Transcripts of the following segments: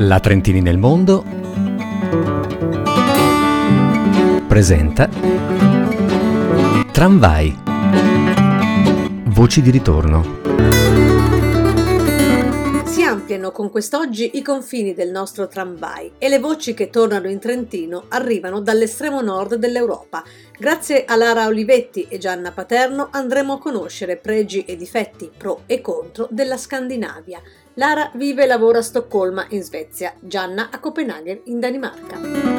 La Trentini nel mondo presenta Tramvai. Voci di ritorno. Si ampliano con quest'oggi i confini del nostro tramvai e le voci che tornano in Trentino arrivano dall'estremo nord dell'Europa. Grazie a Lara Olivetti e Gianna Paterno andremo a conoscere pregi e difetti, pro e contro della Scandinavia. Lara vive e lavora a Stoccolma in Svezia, Gianna a Copenaghen in Danimarca.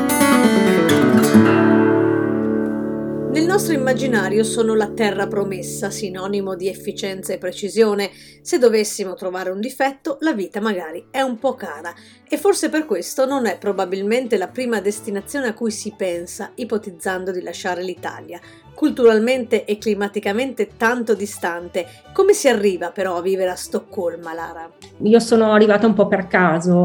Nel nostro immaginario sono la terra promessa, sinonimo di efficienza e precisione. Se dovessimo trovare un difetto, la vita magari è un po' cara e forse per questo non è probabilmente la prima destinazione a cui si pensa, ipotizzando di lasciare l'Italia. Culturalmente e climaticamente tanto distante, come si arriva però a vivere a Stoccolma, Lara? Io sono arrivata un po' per caso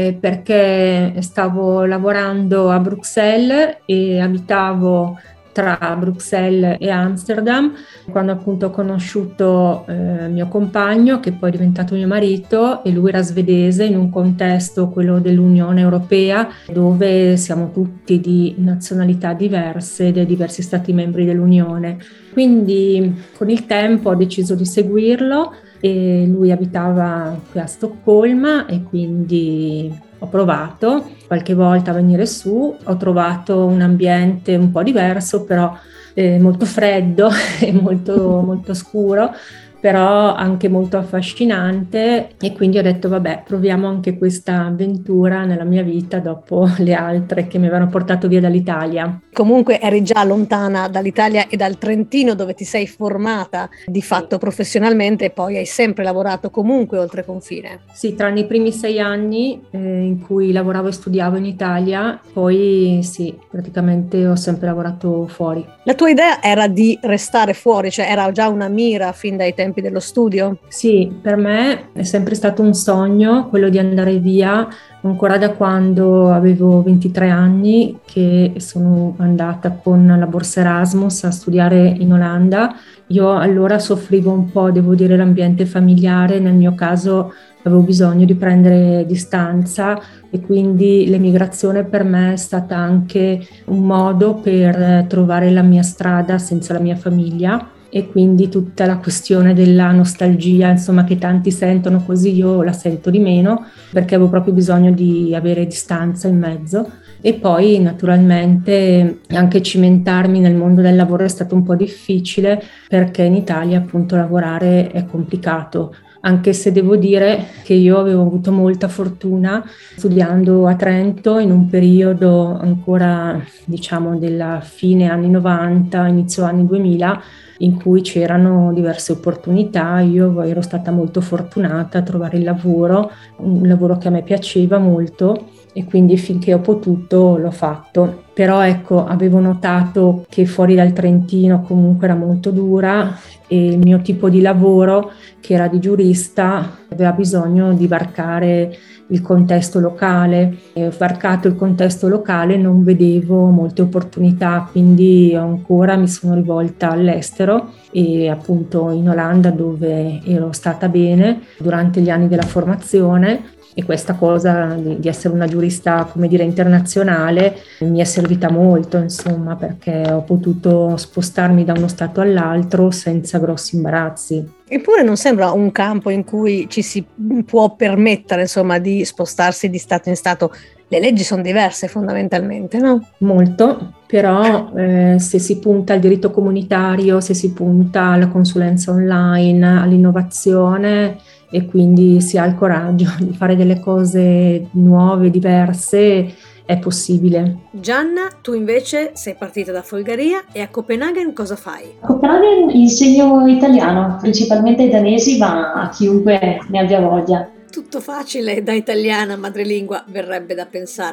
perché stavo lavorando a Bruxelles e abitavo tra Bruxelles e Amsterdam, quando appunto ho conosciuto mio compagno, che poi è diventato mio marito, e lui era svedese, in un contesto, quello dell'Unione Europea, dove siamo tutti di nazionalità diverse dei diversi stati membri dell'Unione. Quindi con il tempo ho deciso di seguirlo e lui abitava qui a Stoccolma e quindi ho provato qualche volta a venire su, ho trovato un ambiente un po' diverso, però molto freddo e molto scuro, però anche molto affascinante, e quindi ho detto vabbè, proviamo anche questa avventura nella mia vita dopo le altre che mi avevano portato via dall'Italia. Comunque eri già lontana dall'Italia e dal Trentino, dove ti sei formata di fatto professionalmente, e poi hai sempre lavorato comunque oltre confine. Sì, tranne i primi 6 anni in cui lavoravo e studiavo in Italia, poi sì, praticamente ho sempre lavorato fuori. La tua idea era di restare fuori, cioè era già una mira fin dai tempi dello studio? Sì, per me è sempre stato un sogno quello di andare via, ancora da quando avevo 23 anni, che sono andata con la borsa Erasmus a studiare in Olanda. Io allora soffrivo un po', devo dire, l'ambiente familiare, nel mio caso avevo bisogno di prendere distanza e quindi l'emigrazione per me è stata anche un modo per trovare la mia strada senza la mia famiglia. E quindi tutta la questione della nostalgia, insomma, che tanti sentono così, io la sento di meno, perché avevo proprio bisogno di avere distanza in mezzo. E poi naturalmente anche cimentarmi nel mondo del lavoro è stato un po' difficile, perché in Italia appunto lavorare è complicato. Anche se devo dire che io avevo avuto molta fortuna studiando a Trento in un periodo ancora, diciamo, della fine anni 90, inizio anni 2000, in cui c'erano diverse opportunità. Io ero stata molto fortunata a trovare il lavoro, un lavoro che a me piaceva molto, e quindi finché ho potuto l'ho fatto. Però ecco, avevo notato che fuori dal Trentino comunque era molto dura, e il mio tipo di lavoro, che era di giurista, aveva bisogno di varcare il contesto locale. E varcato il contesto locale non vedevo molte opportunità, quindi ancora mi sono rivolta all'estero, e appunto in Olanda, dove ero stata bene durante gli anni della formazione. E questa cosa di essere una giurista, come dire, internazionale mi è servita molto, insomma, perché ho potuto spostarmi da uno stato all'altro senza grossi imbarazzi. Eppure non sembra un campo in cui ci si può permettere, insomma, di spostarsi di stato in stato. Le leggi sono diverse fondamentalmente, no? Molto, però se si punta al diritto comunitario, se si punta alla consulenza online, all'innovazione, e quindi si ha il coraggio di fare delle cose nuove, diverse, è possibile. Gianna, tu invece sei partita da Folgaria, e a Copenaghen cosa fai? A Copenaghen insegno italiano, principalmente ai danesi, ma a chiunque ne abbia voglia. Tutto facile da italiana madrelingua, verrebbe da pensare.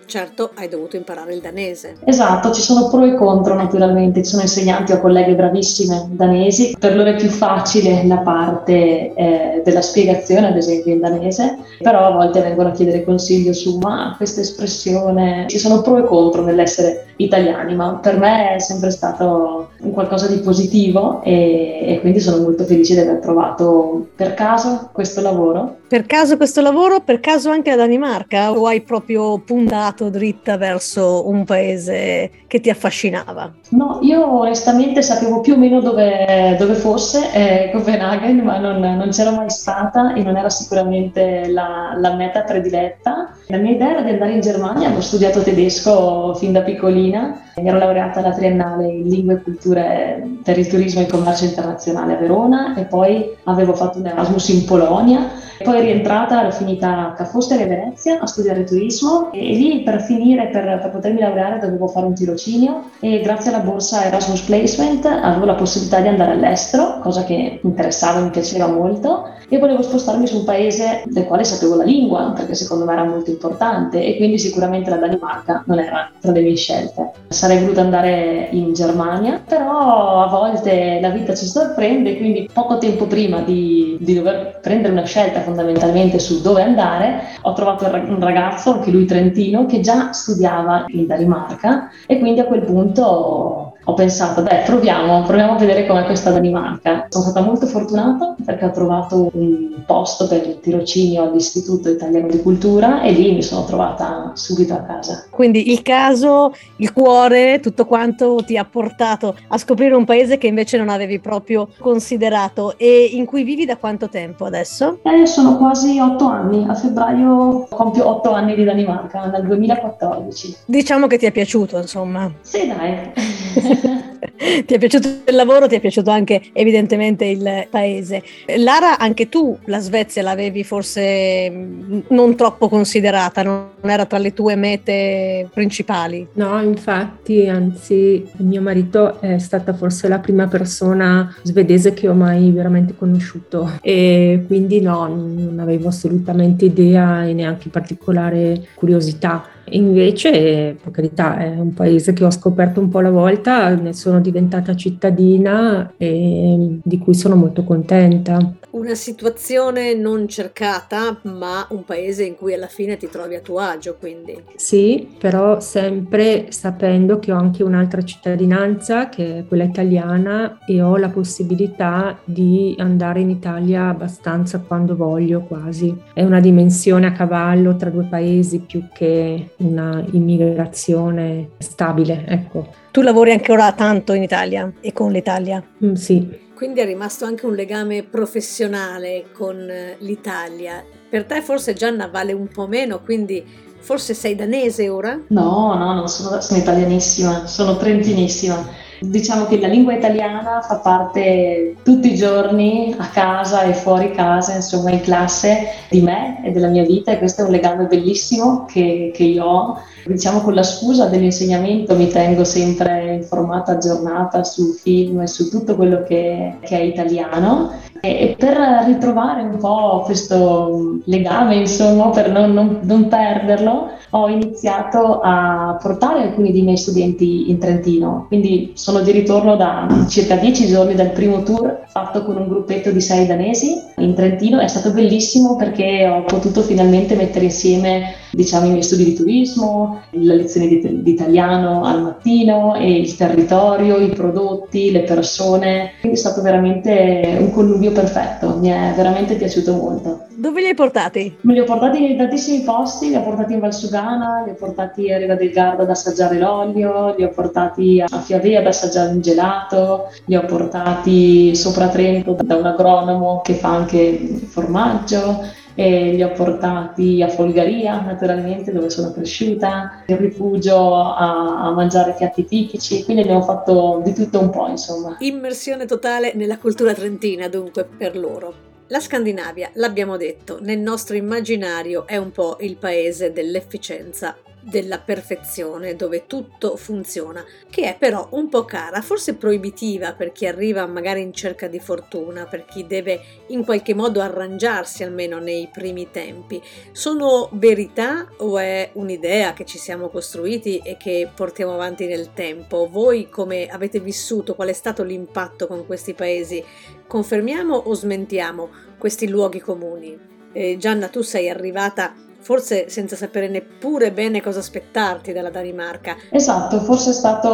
certo hai dovuto imparare il danese. Esatto, ci sono pro e contro naturalmente, ci sono insegnanti o colleghe bravissime danesi, per loro è più facile la parte della spiegazione, ad esempio in danese, però a volte vengono a chiedere consiglio su ma questa espressione, ci sono pro e contro nell'essere italiani, ma per me è sempre stato un qualcosa di positivo e quindi sono molto felice di aver trovato per caso questo lavoro. Per caso questo lavoro, per caso anche la Danimarca, o hai proprio puntato dritta verso un paese che ti affascinava? No, io onestamente sapevo più o meno dove fosse Copenaghen, ma non c'ero mai stata e non era sicuramente la meta prediletta. La mia idea era di andare in Germania, avevo studiato tedesco fin da piccolina, mi ero laureata alla triennale in lingue e culture per il turismo e il commercio internazionale a Verona e poi avevo fatto un Erasmus in Polonia. Poi rientrata, ero finita a Ca' Foscari a Venezia a studiare turismo e lì per finire, per potermi laureare dovevo fare un tirocinio e grazie alla borsa Erasmus Placement avevo la possibilità di andare all'estero, cosa che mi interessava e mi piaceva molto e volevo spostarmi su un paese del quale sapevo la lingua perché secondo me era molto importante e quindi sicuramente la Danimarca non era tra le mie scelte. Sarei voluta andare in Germania, però a volte la vita ci sorprende, quindi poco tempo prima di dover prendere una scelta fondamentalmente su dove andare, ho trovato un ragazzo, anche lui trentino, che già studiava in Danimarca e quindi a quel punto ho pensato, proviamo a vedere com'è questa Danimarca. Sono stata molto fortunata perché ho trovato un posto per il tirocinio all'Istituto Italiano di Cultura e lì mi sono trovata subito a casa. Quindi il caso, il cuore, tutto quanto ti ha portato a scoprire un paese che invece non avevi proprio considerato e in cui vivi da quanto tempo adesso? Sono quasi 8 anni, a febbraio compio 8 anni di Danimarca, nel 2014. Diciamo che ti è piaciuto, insomma. Sì, dai. Ti è piaciuto il lavoro, ti è piaciuto anche evidentemente il paese. Lara, anche tu la Svezia l'avevi forse non troppo considerata, non era tra le tue mete principali? No, infatti, anzi, mio marito è stata forse la prima persona svedese che ho mai veramente conosciuto e quindi no, non avevo assolutamente idea e neanche particolare curiosità. Invece, per carità, è un paese che ho scoperto un po' alla volta, ne sono diventata cittadina e di cui sono molto contenta. Una situazione non cercata, ma un paese in cui alla fine ti trovi a tuo agio, quindi. Sì, però sempre sapendo che ho anche un'altra cittadinanza, che è quella italiana, e ho la possibilità di andare in Italia abbastanza quando voglio, quasi. È una dimensione a cavallo tra due paesi più che una immigrazione stabile, ecco. Tu lavori ancora tanto in Italia e con l'Italia? Sì. Quindi è rimasto anche un legame professionale con l'Italia. Per te forse Gianna vale un po' meno, quindi forse sei danese ora? No, non sono italianissima, sono trentinissima. Diciamo che la lingua italiana fa parte tutti i giorni a casa e fuori casa, insomma in classe, di me e della mia vita e questo è un legame bellissimo che io ho. Diciamo con la scusa dell'insegnamento mi tengo sempre informata, aggiornata su film e su tutto quello che è italiano e per ritrovare un po' questo legame, insomma, per non perderlo, ho iniziato a portare alcuni dei miei studenti in Trentino, quindi sono di ritorno da circa 10 giorni dal primo tour fatto con un gruppetto di 6 danesi in Trentino. È stato bellissimo perché ho potuto finalmente mettere insieme, diciamo, i miei studi di turismo, le lezioni di italiano al mattino e il territorio, i prodotti, le persone, quindi è stato veramente un connubio perfetto, mi è veramente piaciuto molto. Dove li hai portati? Me li ho portati in tantissimi posti, li ho portati in Valsugana, li ho portati a Riva del Garda ad assaggiare l'olio, li ho portati a Fiavè ad assaggiare un gelato, li ho portati sopra Trento da un agronomo che fa anche formaggio e li ho portati a Folgaria, naturalmente, dove sono cresciuta, il rifugio a mangiare piatti tipici, quindi abbiamo fatto di tutto un po', insomma. Immersione totale nella cultura trentina, dunque, per loro. La Scandinavia, l'abbiamo detto, nel nostro immaginario è un po' il paese dell'efficienza, della perfezione, dove tutto funziona, che è però un po' cara, forse proibitiva per chi arriva magari in cerca di fortuna, per chi deve in qualche modo arrangiarsi almeno nei primi tempi. Sono verità o è un'idea che ci siamo costruiti e che portiamo avanti nel tempo? Voi come avete vissuto? Qual è stato l'impatto con questi paesi? Confermiamo o smentiamo questi luoghi comuni? Gianna, tu sei arrivata forse senza sapere neppure bene cosa aspettarti dalla Danimarca. Esatto, forse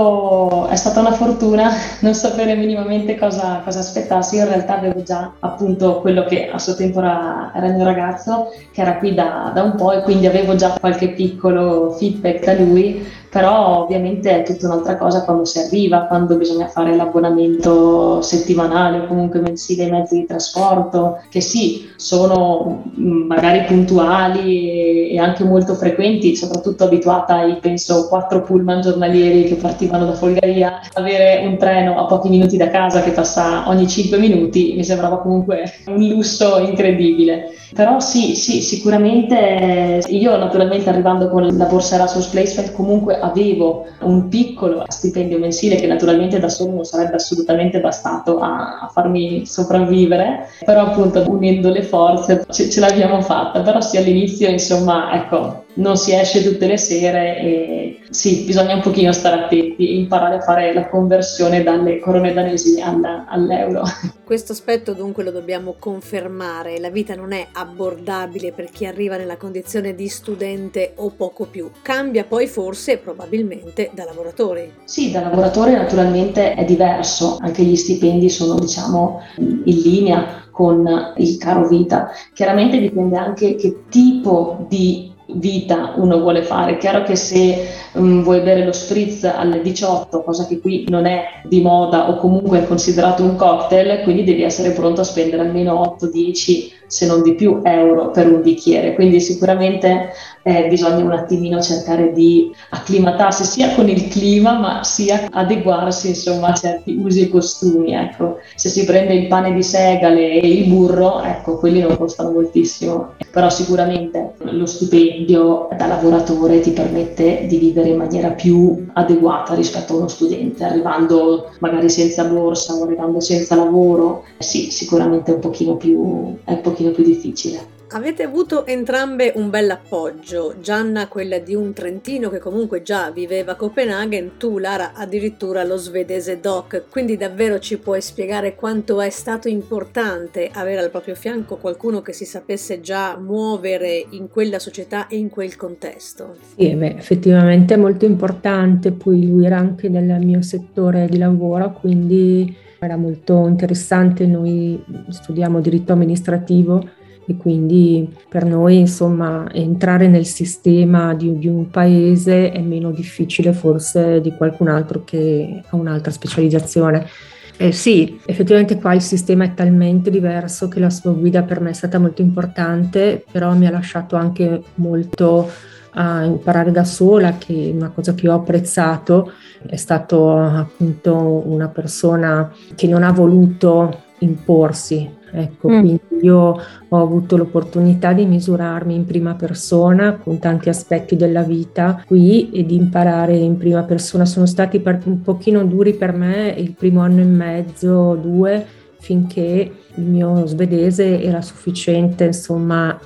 è stata una fortuna non sapere minimamente cosa aspettarsi. Io in realtà avevo già appunto quello che a suo tempo era il mio ragazzo, che era qui da un po', e quindi avevo già qualche piccolo feedback da lui, però ovviamente è tutta un'altra cosa quando si arriva, quando bisogna fare l'abbonamento settimanale o comunque mensile ai mezzi di trasporto, che sì, sono magari puntuali e anche molto frequenti, soprattutto abituata ai, penso, 4 pullman giornalieri che partivano da Folgaria. Avere un treno a pochi minuti da casa che passa ogni 5 minuti mi sembrava comunque un lusso incredibile. Però sì, sicuramente io naturalmente arrivando con la borsa Erasmus Placement comunque avevo un piccolo stipendio mensile che naturalmente da solo non sarebbe assolutamente bastato a farmi sopravvivere, però appunto unendo le forze ce l'abbiamo fatta. Però sì, all'inizio insomma ecco, non si esce tutte le sere e sì, bisogna un pochino stare attenti e imparare a fare la conversione dalle corone danesi all'euro. Questo aspetto dunque lo dobbiamo confermare, la vita non è abbordabile per chi arriva nella condizione di studente o poco più, cambia poi forse probabilmente da lavoratori. Sì, da lavoratore naturalmente è diverso, anche gli stipendi sono diciamo in linea con il caro vita, chiaramente dipende anche che tipo di vita uno vuole fare. È chiaro che se vuoi bere lo spritz alle 18, cosa che qui non è di moda o comunque è considerato un cocktail, quindi devi essere pronto a spendere almeno 8-10 se non di più euro per un bicchiere, quindi sicuramente bisogna un attimino cercare di acclimatarsi sia con il clima ma sia adeguarsi insomma a certi usi e costumi, ecco. Se si prende il pane di segale e il burro, ecco, quelli non costano moltissimo, però sicuramente lo stipendio da lavoratore ti permette di vivere in maniera più adeguata rispetto a uno studente, arrivando magari senza borsa o arrivando senza lavoro, sì, sicuramente è un pochino più difficile. Avete avuto entrambe un bel appoggio, Gianna quella di un trentino che comunque già viveva a Copenaghen, tu Lara addirittura lo svedese doc, quindi davvero ci puoi spiegare quanto è stato importante avere al proprio fianco qualcuno che si sapesse già muovere in quella società e in quel contesto? Sì, effettivamente è molto importante, poi lui era anche nel mio settore di lavoro, quindi era molto interessante. Noi studiamo diritto amministrativo e quindi per noi insomma entrare nel sistema di un paese è meno difficile forse di qualcun altro che ha un'altra specializzazione. Sì, effettivamente qua il sistema è talmente diverso che la sua guida per me è stata molto importante, però mi ha lasciato anche molto a imparare da sola, che una cosa che ho apprezzato. È stato appunto una persona che non ha voluto imporsi, ecco, quindi io ho avuto l'opportunità di misurarmi in prima persona con tanti aspetti della vita qui e di imparare in prima persona. Sono stati un pochino duri per me il primo anno e mezzo, 2, finché il mio svedese era sufficiente insomma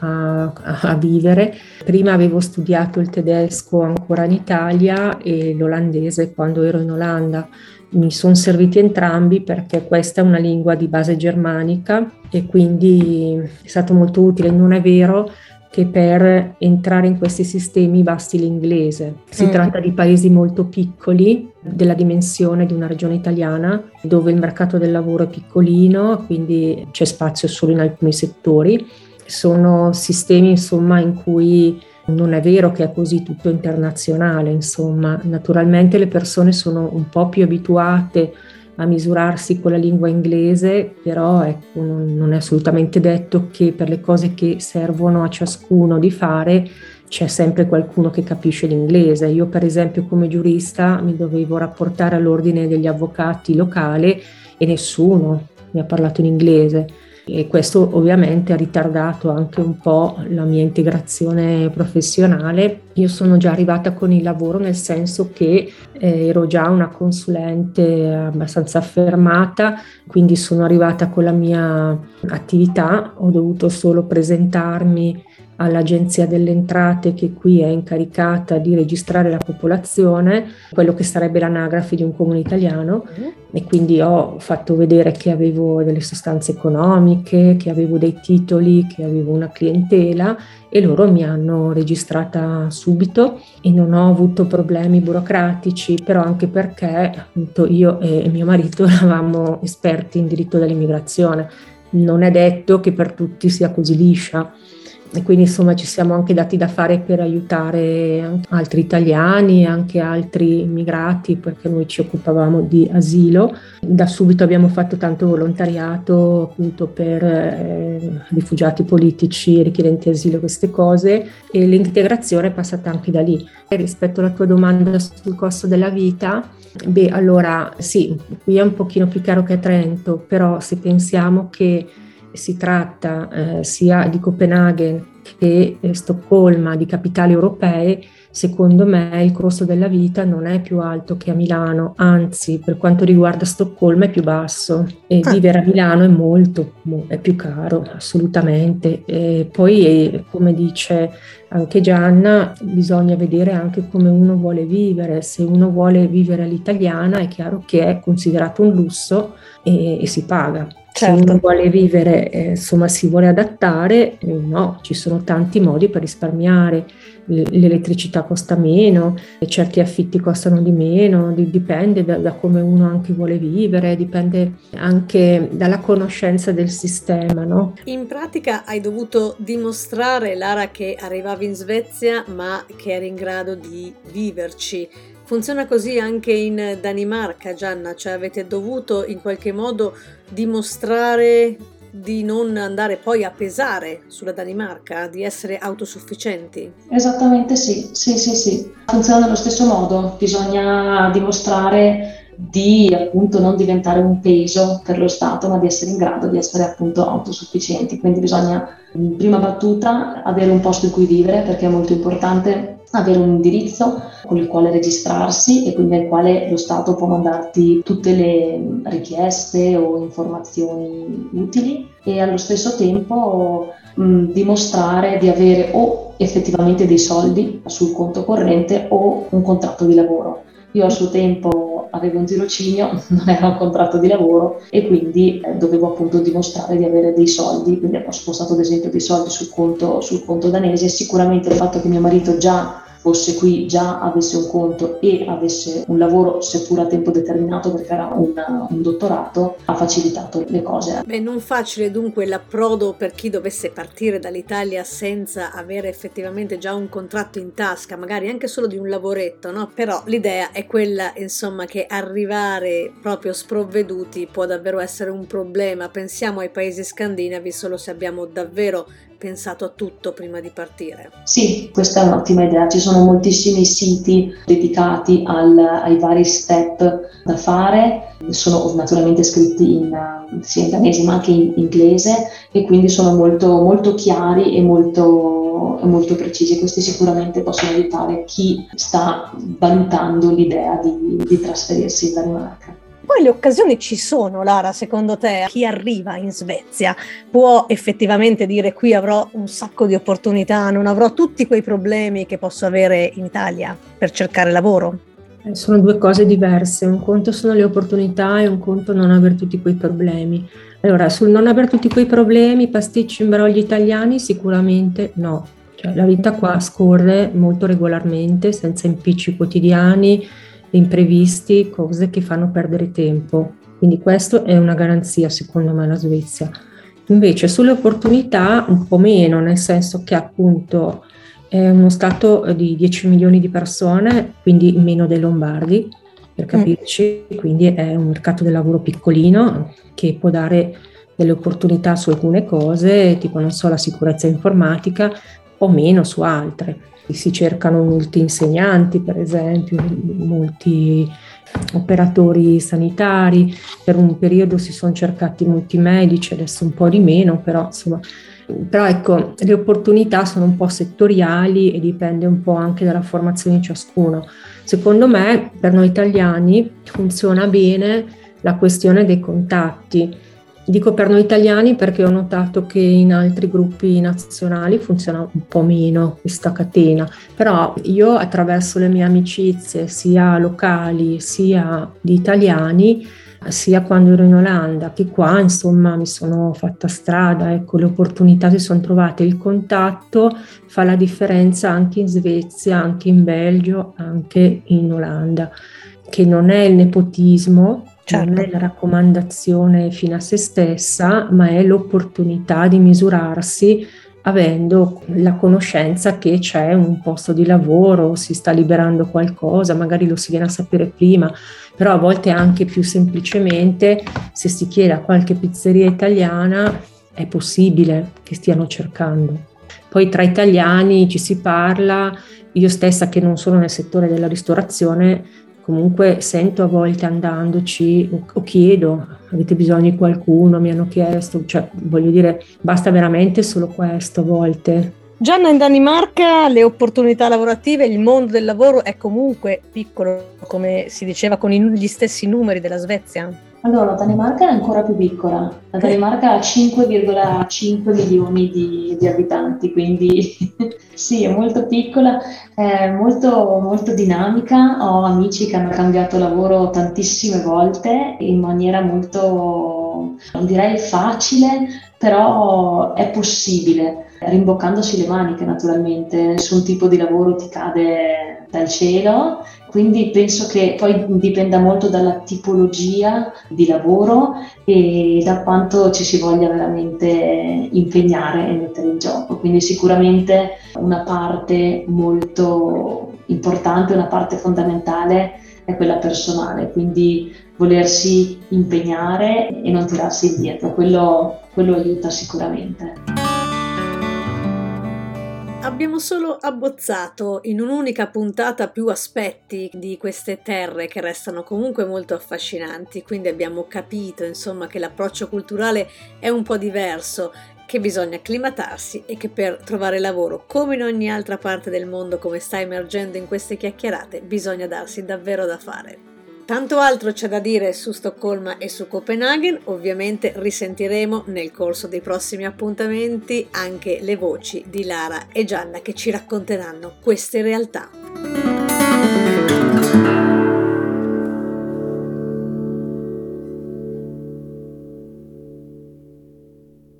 a vivere. Prima avevo studiato il tedesco ancora in Italia e l'olandese quando ero in Olanda. Mi sono serviti entrambi perché questa è una lingua di base germanica e quindi è stato molto utile. Non è vero che per entrare in questi sistemi basti l'inglese. Si tratta di paesi molto piccoli, della dimensione di una regione italiana, dove il mercato del lavoro è piccolino, quindi c'è spazio solo in alcuni settori. Sono sistemi insomma in cui non è vero che è così tutto internazionale, insomma. Naturalmente le persone sono un po' più abituate a misurarsi con la lingua inglese, però ecco, non è assolutamente detto che per le cose che servono a ciascuno di fare c'è sempre qualcuno che capisce l'inglese. Io per esempio come giurista mi dovevo rapportare all'ordine degli avvocati locale e nessuno mi ha parlato in inglese. e questo ovviamente ha ritardato anche un po' la mia integrazione professionale. Io sono già arrivata con il lavoro, nel senso che ero già una consulente abbastanza affermata, quindi sono arrivata con la mia attività, ho dovuto solo presentarmi all'Agenzia delle Entrate, che qui è incaricata di registrare la popolazione, quello che sarebbe l'anagrafe di un comune italiano, e quindi ho fatto vedere che avevo delle sostanze economiche, che avevo dei titoli, che avevo una clientela, e loro mi hanno registrata subito e non ho avuto problemi burocratici, però anche perché appunto io e mio marito eravamo esperti in diritto dell'immigrazione. Non è detto che per tutti sia così liscia. E quindi insomma ci siamo anche dati da fare per aiutare altri italiani e anche altri immigrati, perché noi ci occupavamo di asilo. Da subito abbiamo fatto tanto volontariato appunto per rifugiati politici, richiedenti asilo, queste cose, e l'integrazione è passata anche da lì. E rispetto alla tua domanda sul costo della vita, allora sì, qui è un pochino più caro che a Trento, però se pensiamo che si tratta sia di Copenaghen che Stoccolma, di capitali europee, secondo me il costo della vita non è più alto che a Milano, anzi per quanto riguarda Stoccolma è più basso, e vivere a Milano è più caro, assolutamente. E poi come dice anche Gianna, bisogna vedere anche come uno vuole vivere. Se uno vuole vivere all'italiana è chiaro che è considerato un lusso e si paga. Certo. Se uno vuole vivere, insomma, si vuole adattare, no, ci sono tanti modi per risparmiare. L'elettricità costa meno, certi affitti costano di meno, dipende da come uno anche vuole vivere, dipende anche dalla conoscenza del sistema, no? In pratica hai dovuto dimostrare, Lara, che arrivavi in Svezia ma che eri in grado di viverci. Funziona così anche in Danimarca, Gianna? Cioè avete dovuto in qualche modo dimostrare di non andare poi a pesare sulla Danimarca, di essere autosufficienti? Esattamente sì. Funziona nello stesso modo, bisogna dimostrare di appunto non diventare un peso per lo Stato, ma di essere in grado di essere appunto autosufficienti. Quindi bisogna in prima battuta avere un posto in cui vivere, perché è molto importante avere un indirizzo con il quale registrarsi e quindi al quale lo Stato può mandarti tutte le richieste o informazioni utili, e allo stesso tempo dimostrare di avere o effettivamente dei soldi sul conto corrente o un contratto di lavoro. Io al suo tempo avevo un tirocinio, non era un contratto di lavoro, e quindi dovevo appunto dimostrare di avere dei soldi, quindi ho spostato ad esempio dei soldi sul conto danese. Sicuramente il fatto che mio marito già fosse qui, già avesse un conto e avesse un lavoro seppur a tempo determinato, perché era un dottorato, ha facilitato le cose. Non facile dunque l'approdo per chi dovesse partire dall'Italia senza avere effettivamente già un contratto in tasca, magari anche solo di un lavoretto, no? Però l'idea è quella, insomma, che arrivare proprio sprovveduti può davvero essere un problema. Pensiamo ai paesi scandinavi solo se abbiamo davvero pensato a tutto prima di partire. Sì, questa è un'ottima idea. Ci sono moltissimi siti dedicati ai vari step da fare, sono naturalmente scritti sia in danese ma anche in inglese, e quindi sono molto, molto chiari e molto precisi. Questi sicuramente possono aiutare chi sta valutando l'idea di trasferirsi in Danimarca. Poi le occasioni ci sono, Lara, secondo te? Chi arriva in Svezia può effettivamente dire: qui avrò un sacco di opportunità, non avrò tutti quei problemi che posso avere in Italia per cercare lavoro? Sono due cose diverse, un conto sono le opportunità e un conto non aver tutti quei problemi. Allora, sul non aver tutti quei problemi, pasticci, imbrogli italiani, sicuramente no. Cioè, la vita qua scorre molto regolarmente, senza impicci quotidiani, imprevisti, cose che fanno perdere tempo. Quindi questo è una garanzia, secondo me, la Svezia. Invece sulle opportunità un po' meno, nel senso che appunto è uno stato di 10 milioni di persone, quindi meno dei lombardi, per capirci, quindi è un mercato del lavoro piccolino che può dare delle opportunità su alcune cose, tipo non so, la sicurezza informatica, o meno su altre. Si cercano molti insegnanti, per esempio, molti operatori sanitari, per un periodo si sono cercati molti medici, adesso un po' di meno, però insomma. Però ecco, le opportunità sono un po' settoriali e dipende un po' anche dalla formazione di ciascuno. Secondo me, per noi italiani funziona bene la questione dei contatti. Dico per noi italiani perché ho notato che in altri gruppi nazionali funziona un po' meno questa catena, però io attraverso le mie amicizie sia locali sia di italiani, sia quando ero in Olanda che qua, insomma, mi sono fatta strada, ecco, le opportunità si sono trovate, il contatto fa la differenza anche in Svezia, anche in Belgio, anche in Olanda, che non è il nepotismo, non è la raccomandazione fino a se stessa, ma è l'opportunità di misurarsi avendo la conoscenza che c'è un posto di lavoro, si sta liberando qualcosa, magari lo si viene a sapere prima, però a volte anche più semplicemente se si chiede a qualche pizzeria italiana è possibile che stiano cercando. Poi tra italiani ci si parla, io stessa che non sono nel settore della ristorazione, comunque sento a volte andandoci o chiedo, avete bisogno di qualcuno, mi hanno chiesto, cioè voglio dire, basta veramente solo questo a volte. Gianna, in Danimarca le opportunità lavorative, il mondo del lavoro è comunque piccolo, come si diceva, con gli stessi numeri della Svezia? Allora, la Danimarca è ancora più piccola. La Danimarca ha 5,5 milioni di abitanti, quindi sì, è molto piccola, è molto, molto dinamica. Ho amici che hanno cambiato lavoro tantissime volte in maniera molto, non direi facile, però è possibile, rimboccandosi le maniche naturalmente. Nessun tipo di lavoro ti cade dal cielo. Quindi penso che poi dipenda molto dalla tipologia di lavoro e da quanto ci si voglia veramente impegnare e mettere in gioco. Quindi sicuramente una parte molto importante, una parte fondamentale è quella personale, quindi volersi impegnare e non tirarsi indietro, quello aiuta sicuramente. Abbiamo solo abbozzato in un'unica puntata più aspetti di queste terre che restano comunque molto affascinanti, quindi abbiamo capito insomma che l'approccio culturale è un po' diverso, che bisogna acclimatarsi e che per trovare lavoro, come in ogni altra parte del mondo, come sta emergendo in queste chiacchierate, bisogna darsi davvero da fare. Tanto altro c'è da dire su Stoccolma e su Copenaghen, ovviamente risentiremo nel corso dei prossimi appuntamenti anche le voci di Lara e Gianna che ci racconteranno queste realtà.